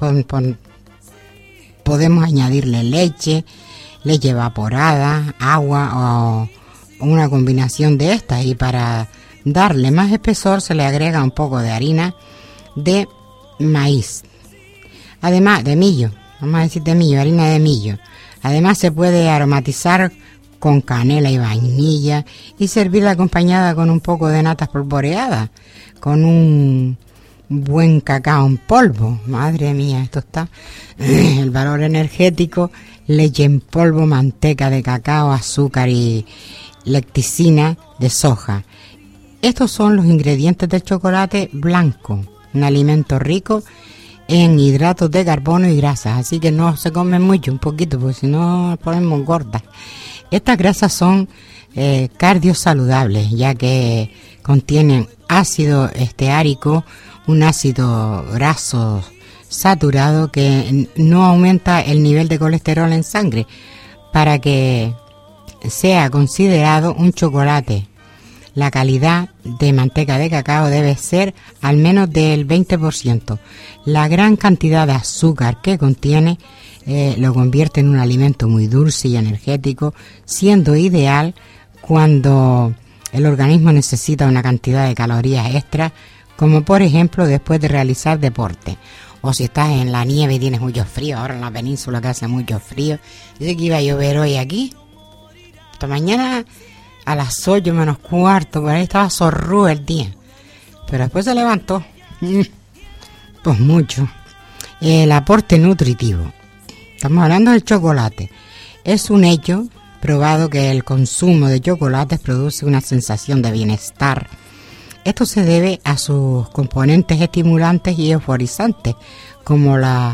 Podemos añadirle leche evaporada, agua o una combinación de estas, y para darle más espesor se le agrega un poco de harina de maíz, además de millo, harina de millo. Además se puede aromatizar con canela y vainilla y servirla acompañada con un poco de natas polvoreadas, con un buen cacao en polvo. Madre mía, esto está el valor energético: leche en polvo, manteca de cacao, azúcar y lecticina de soja. Estos son los ingredientes del chocolate blanco, un alimento rico en hidratos de carbono y grasas, así que no se come mucho, un poquito, porque si no nos ponemos gordas. Estas grasas son cardiosaludables, ya que contienen ácido esteárico, un ácido graso saturado que no aumenta el nivel de colesterol en sangre, para que sea considerado un chocolate. La calidad de manteca de cacao debe ser al menos del 20%. La gran cantidad de azúcar que contiene lo convierte en un alimento muy dulce y energético, siendo ideal cuando el organismo necesita una cantidad de calorías extra, como por ejemplo después de realizar deporte, o si estás en la nieve y tienes mucho frío. Ahora en la península que hace mucho frío, dice que iba a llover hoy aquí. Esta mañana a las 8 menos cuarto, por ahí estaba zorrúo el día, pero después se levantó. Pues mucho. El aporte nutritivo. Estamos hablando del chocolate. Es un hecho probado que el consumo de chocolates produce una sensación de bienestar. Esto se debe a sus componentes estimulantes y euforizantes, como la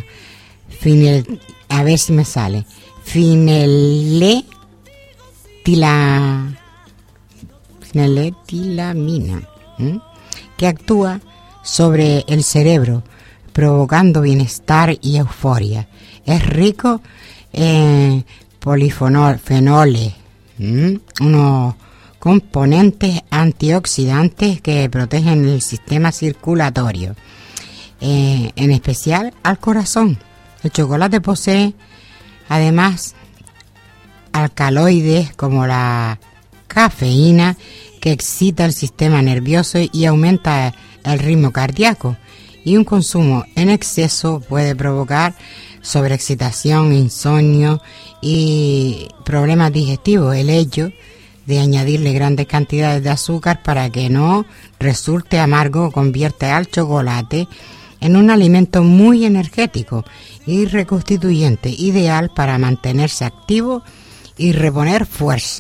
feniletilamina, que actúa sobre el cerebro, provocando bienestar y euforia. Es rico en polifenoles, unos componentes antioxidantes que protegen el sistema circulatorio, en especial al corazón. El chocolate posee además alcaloides como la cafeína, que excita el sistema nervioso y aumenta el ritmo cardíaco, y un consumo en exceso puede provocar sobreexcitación, insomnio y problemas digestivos. El hecho de añadirle grandes cantidades de azúcar para que no resulte amargo convierte al chocolate en un alimento muy energético y reconstituyente, ideal para mantenerse activo y reponer fuerza.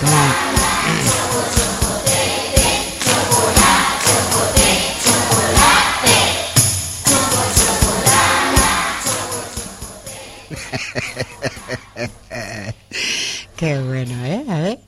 Qué bueno, ¿eh? A ver.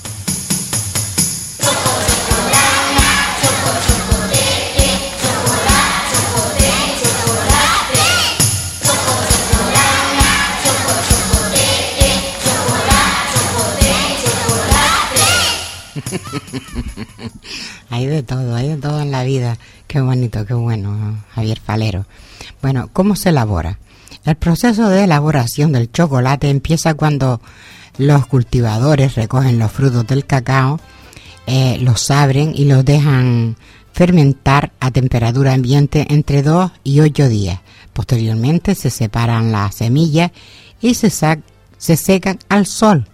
Hay de todo en la vida. Qué bonito, qué bueno, Javier Falero. Bueno, ¿cómo se elabora? El proceso de elaboración del chocolate empieza cuando los cultivadores recogen los frutos del cacao, los abren y los dejan fermentar a temperatura ambiente entre 2 y 8 días Posteriormente se separan las semillas y se secan al sol.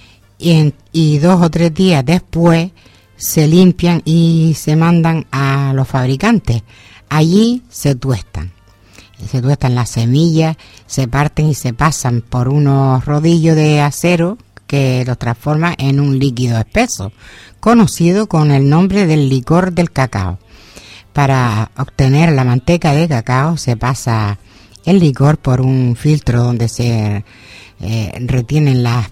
Y 2 o 3 días después se limpian y se mandan a los fabricantes. Allí se tuestan. Se tuestan las semillas, se parten y se pasan por unos rodillos de acero que los transforma en un líquido espeso, conocido con el nombre del licor del cacao. Para obtener la manteca de cacao se pasa el licor por un filtro donde se retienen las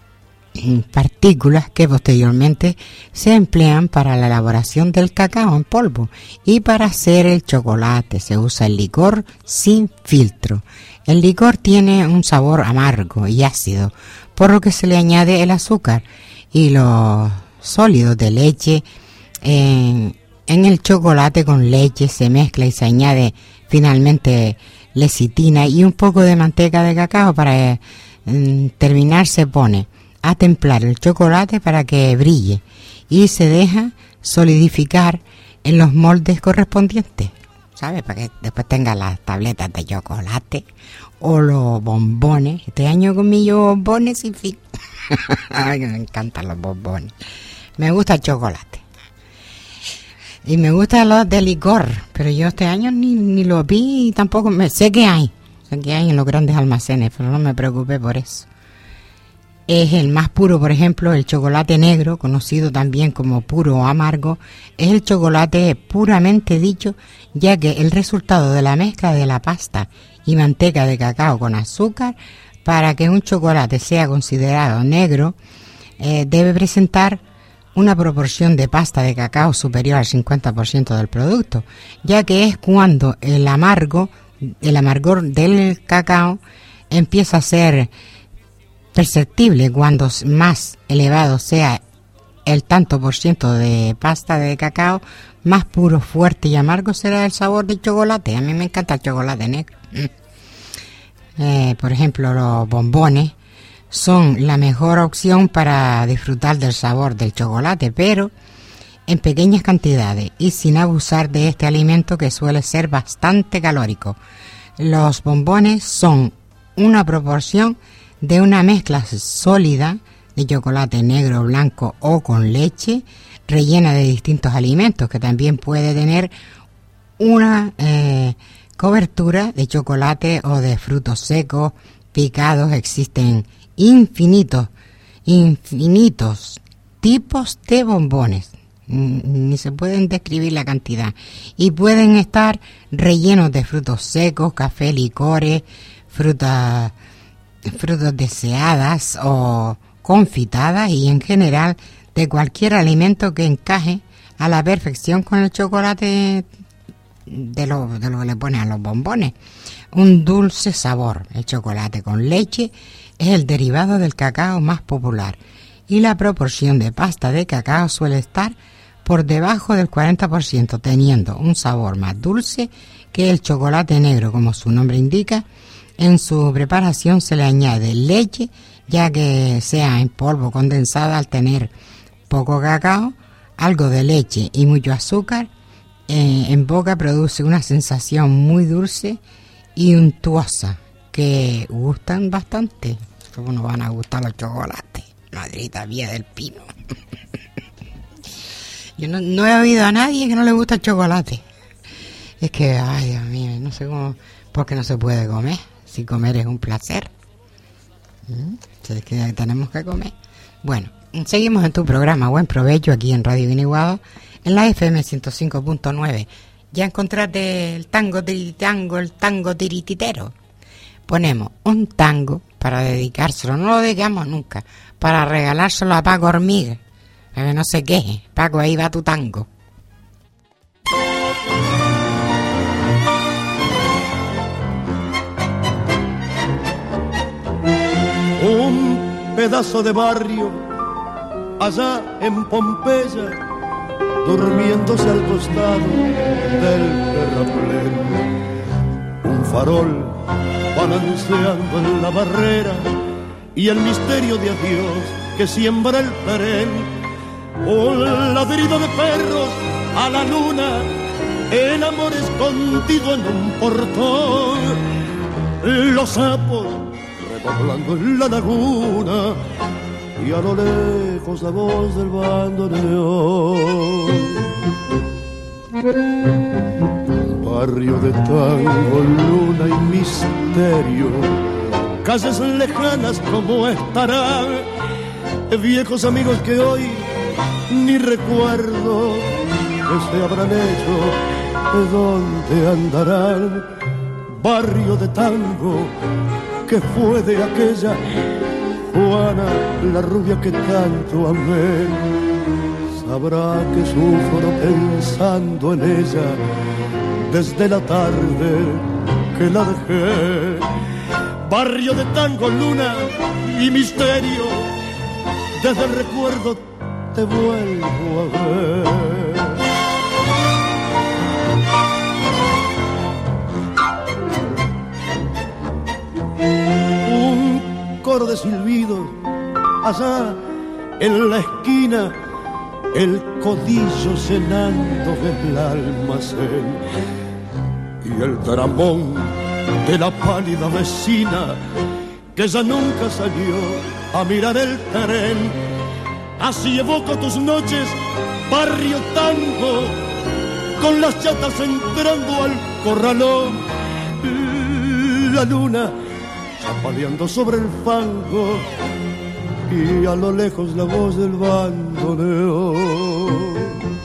partículas que posteriormente se emplean para la elaboración del cacao en polvo, y para hacer el chocolate se usa el licor sin filtro. El licor tiene un sabor amargo y ácido, por lo que se le añade el azúcar y los sólidos de leche. En el chocolate con leche se mezcla y se añade finalmente lecitina y un poco de manteca de cacao. Para terminar se pone a templar el chocolate para que brille y se deja solidificar en los moldes correspondientes, ¿sabes? Para que después tenga las tabletas de chocolate o los bombones. Este año comí yo bombones sin fin. Ay, me encantan los bombones. Me gusta el chocolate. Y me gustan los de licor, pero yo este año ni lo vi y tampoco sé que hay. Sé que hay en los grandes almacenes, pero no me preocupé por eso. Es el más puro, por ejemplo, el chocolate negro, conocido también como puro o amargo, es el chocolate puramente dicho, ya que el resultado de la mezcla de la pasta y manteca de cacao con azúcar, para que un chocolate sea considerado negro, debe presentar una proporción de pasta de cacao superior al 50% del producto, ya que es cuando el amargor del cacao empieza a ser perceptible. Cuando más elevado sea el tanto por ciento de pasta de cacao, más puro, fuerte y amargo será el sabor del chocolate. A mí me encanta el chocolate negro. Por ejemplo, los bombones son la mejor opción para disfrutar del sabor del chocolate, pero en pequeñas cantidades y sin abusar de este alimento que suele ser bastante calórico. Los bombones son una proporción de una mezcla sólida de chocolate negro, blanco o con leche, rellena de distintos alimentos, que también puede tener una cobertura de chocolate o de frutos secos picados. Existen infinitos tipos de bombones, ni se pueden describir la cantidad, y pueden estar rellenos de frutos secos, café, licores, frutas deseadas o confitadas, y en general de cualquier alimento que encaje a la perfección con el chocolate de lo que le ponen a los bombones. Un dulce sabor. El chocolate con leche es el derivado del cacao más popular, y la proporción de pasta de cacao suele estar por debajo del 40%, teniendo un sabor más dulce que el chocolate negro, como su nombre indica. En su preparación se le añade leche, ya que sea en polvo condensada. Al tener poco cacao, algo de leche y mucho azúcar, en boca produce una sensación muy dulce y untuosa que gustan bastante. ¿Cómo nos van a gustar los chocolates? Madrita vía del pino. Yo no he oído a nadie que no le gusta el chocolate. Es que, ay Dios mío, no sé cómo, porque no se puede comer. Si comer es un placer. Es que tenemos que comer. Bueno, seguimos en tu programa Buen Provecho aquí en Radio Guiniguado, en la FM 105.9. Ya encontraste el tango tiritango, el tango tirititero. Ponemos un tango para dedicárselo, no lo dedicamos nunca, para regalárselo a Paco Hormiga, para que no se queje. Paco, ahí va tu tango. Un pedazo de barrio allá en Pompeya, durmiéndose al costado del terraplén. Un farol balanceando en la barrera y el misterio de adiós que siembra el tren. Un ladrido de perros a la luna el amor escondido en un portón, los sapos redoblando en la laguna y a lo lejos la voz del bandoneón. Barrio de tango, luna y misterio, calles lejanas como estarán, viejos amigos que hoy ni recuerdo que se habrán hecho, de dónde andarán. Barrio de tango que fue de aquella Juana, la rubia que tanto amé, sabrá que sufro pensando en ella desde la tarde que la dejé. Barrio de tango, luna y misterio, desde el recuerdo te vuelvo a ver. Un coro de silbidos allá en la esquina, el codillo llenando el almacén y el dramón de la pálida vecina que ya nunca salió a mirar el tren. Así evoco tus noches, barrio tango, con las chatas entrando al corralón, la luna chapaleando sobre el fango y a lo lejos la voz del bandoneón.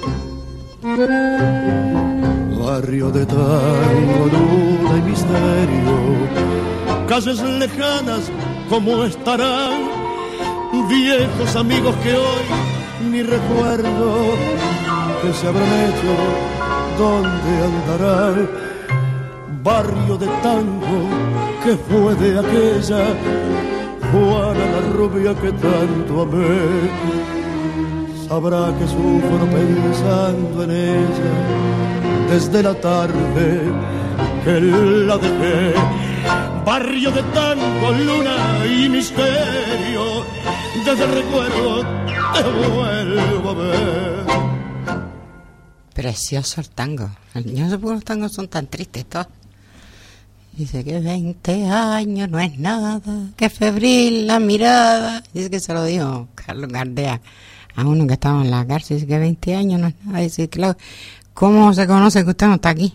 Barrio de tango, luna y misterio, calles lejanas como estarán, viejos amigos que hoy ni recuerdo que se habrán hecho, dónde andarán. Barrio de tango que fue de aquella Juana, la rubia que tanto amé, sabrá que sufro pensando en ella desde la tarde que la dejé. Barrio de tango, luna y misterio, desde el recuerdo te vuelvo a ver. Precioso el tango. Yo no sé por qué los tangos son tan tristes todos. Dice que 20 años no es nada, que febril la mirada. Dice que se lo dijo Carlos Gardea a uno que estaba en la cárcel. Dice que 20 años no es nada. Dice, claro, ¿cómo se conoce que usted no está aquí?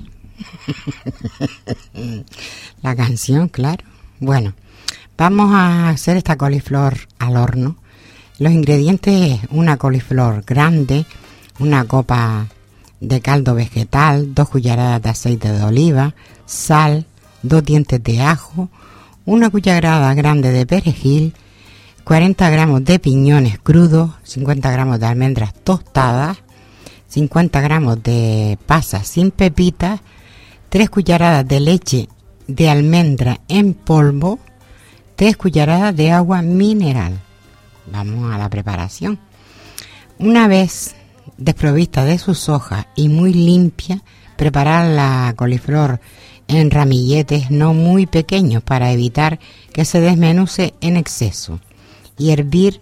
La canción, claro. Bueno, vamos a hacer esta coliflor al horno. Los ingredientes: una coliflor grande, una copa de caldo vegetal, 2 cucharadas de aceite de oliva, sal, 2 dientes de ajo, una cucharada grande de perejil, 40 gramos de piñones crudos, 50 gramos de almendras tostadas, 50 gramos de pasas sin pepitas, 3 cucharadas de leche de almendra en polvo, 3 cucharadas de agua mineral. Vamos a la preparación. Una vez desprovista de sus hojas y muy limpia, preparar la coliflor en ramilletes no muy pequeños para evitar que se desmenuce en exceso, y hervir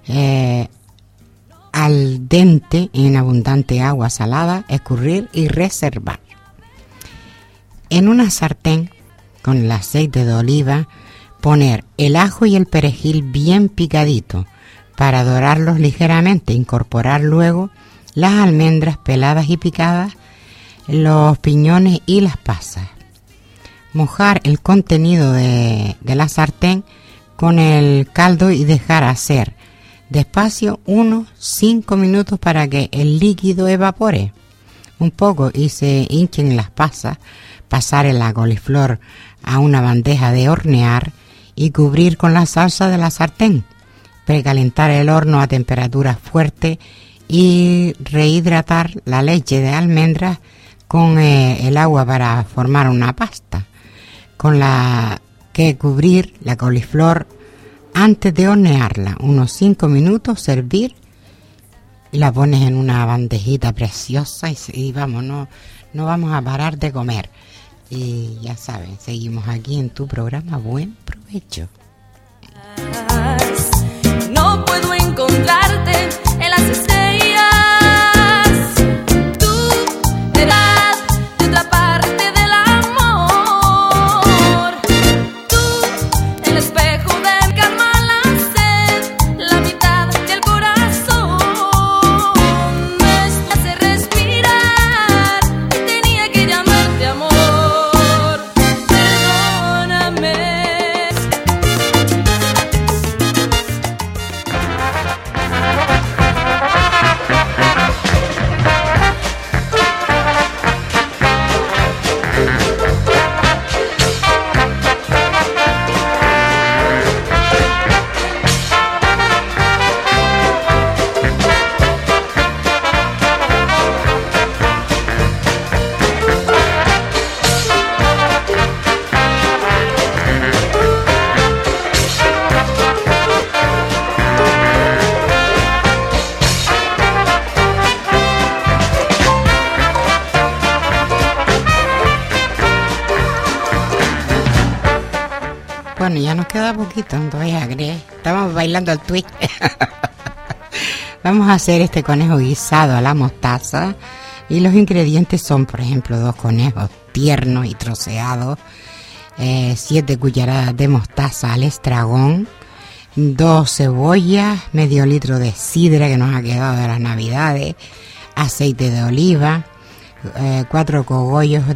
al dente en abundante agua salada, escurrir y reservar. En una sartén con el aceite de oliva, poner el ajo y el perejil bien picadito para dorarlos ligeramente, incorporar luego las almendras peladas y picadas, los piñones y las pasas. Mojar el contenido de la sartén con el caldo y dejar hacer despacio unos 5 minutos para que el líquido evapore un poco y se hinchen las pasas. Pasar la coliflor a una bandeja de hornear y cubrir con la salsa de la sartén. Precalentar el horno a temperatura fuerte y rehidratar la leche de almendras con el agua para formar una pasta, con la que cubrir la coliflor antes de hornearla. Unos 5 minutos, servir, y la pones en una bandejita preciosa y vamos, no vamos a parar de comer. Y ya saben, seguimos aquí en tu programa. Buen provecho. No puedo encontrarte en las estrellas. Tu edad Bueno, ya nos queda poquito, no te vayas a creer. Estamos bailando el twist. Vamos a hacer este conejo guisado a la mostaza. Y los ingredientes son, por ejemplo, 2 conejos tiernos y troceados, 7 cucharadas de mostaza al estragón, 2 cebollas, medio litro de sidra que nos ha quedado de las navidades, aceite de oliva, 4 cogollos,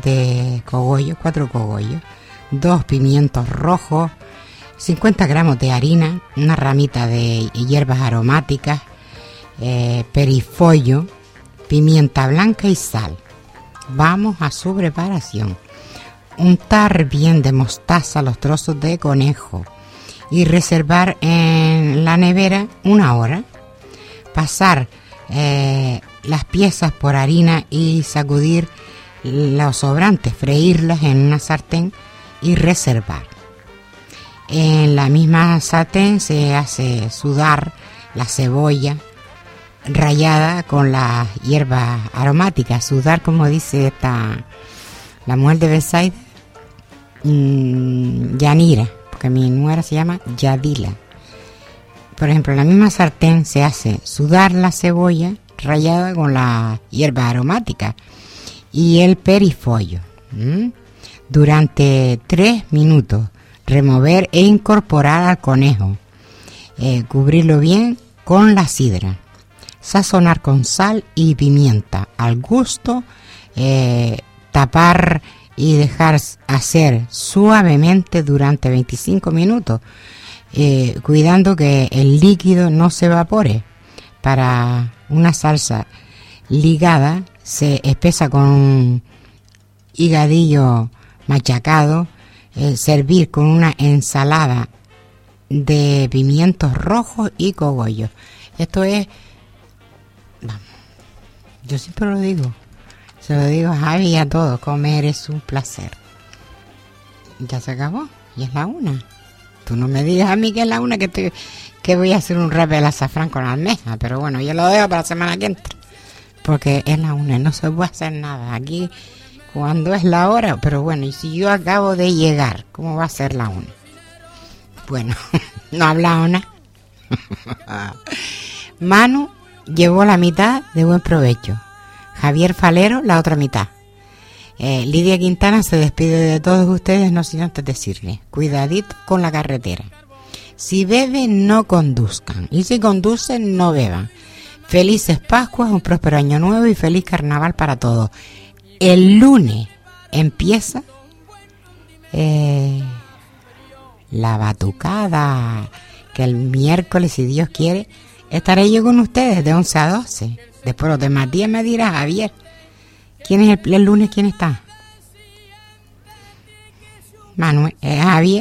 2 pimientos rojos, 50 gramos de harina, una ramita de hierbas aromáticas, perifollo, pimienta blanca y sal. Vamos a su preparación. Untar bien de mostaza los trozos de conejo y reservar en la nevera 1 hora. Pasar las piezas por harina y sacudir los sobrantes, freírlas en una sartén y reservar. En la misma sartén se hace sudar la cebolla rallada con las hierbas aromáticas. Sudar, como dice la mujer de Besaida, Yanira, porque mi nuera se llama Yadila. Por ejemplo, en la misma sartén se hace sudar la cebolla rallada con las hierbas aromáticas y el perifollo durante 3 minutos. Remover e incorporar al conejo, cubrirlo bien con la sidra, sazonar con sal y pimienta al gusto, tapar y dejar hacer suavemente durante 25 minutos, cuidando que el líquido no se evapore. Para una salsa ligada se espesa con un higadillo machacado. Servir con una ensalada de pimientos rojos y cogollos. Esto es, vamos, yo siempre lo digo, se lo digo a Javi y a todos, comer es un placer. Ya se acabó, y es la 1. Tú no me digas a mí que es la 1 que voy a hacer un rape al azafrán con almeja, pero bueno, yo lo dejo para la semana que entra, porque es la 1 y no se puede hacer nada aquí cuando es la hora. Pero bueno, y si yo acabo de llegar, ¿cómo va a ser la 1? Bueno, no ha hablado nada. Manu llevó la mitad de buen provecho, Javier Falero la otra mitad. Lidia Quintana se despide de todos ustedes, no sin antes decirles: cuidadito con la carretera. Si beben, no conduzcan, y si conducen, no beban. Felices Pascuas, un próspero año nuevo y feliz carnaval para todos. El lunes empieza la batucada, que el miércoles, si Dios quiere, estaré yo con ustedes de 11 a 12. Después los demás días me dirá Javier, ¿quién es el lunes? ¿Quién está? Manuel, Javier.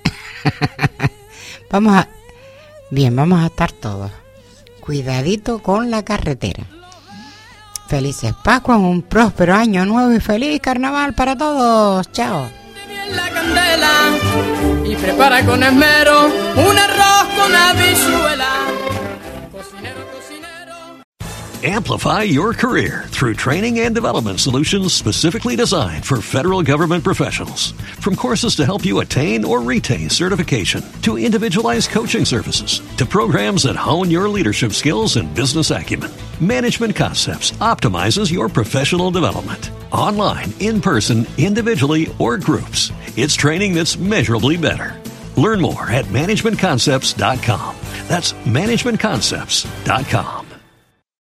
Vamos a estar todos. Cuidadito con la carretera. Felices Pascuas, un próspero año nuevo y feliz carnaval para todos. Chao. La candela y prepara con esmero un arroz con habichuela. Cocinero, cocinero. Amplify your career through training and development solutions specifically designed for federal government professionals. From courses to help you attain or retain certification, to individualized coaching services, to programs that hone your leadership skills and business acumen, Management Concepts optimizes your professional development. Online, in person, individually, or groups, it's training that's measurably better. Learn more at managementconcepts.com. That's managementconcepts.com.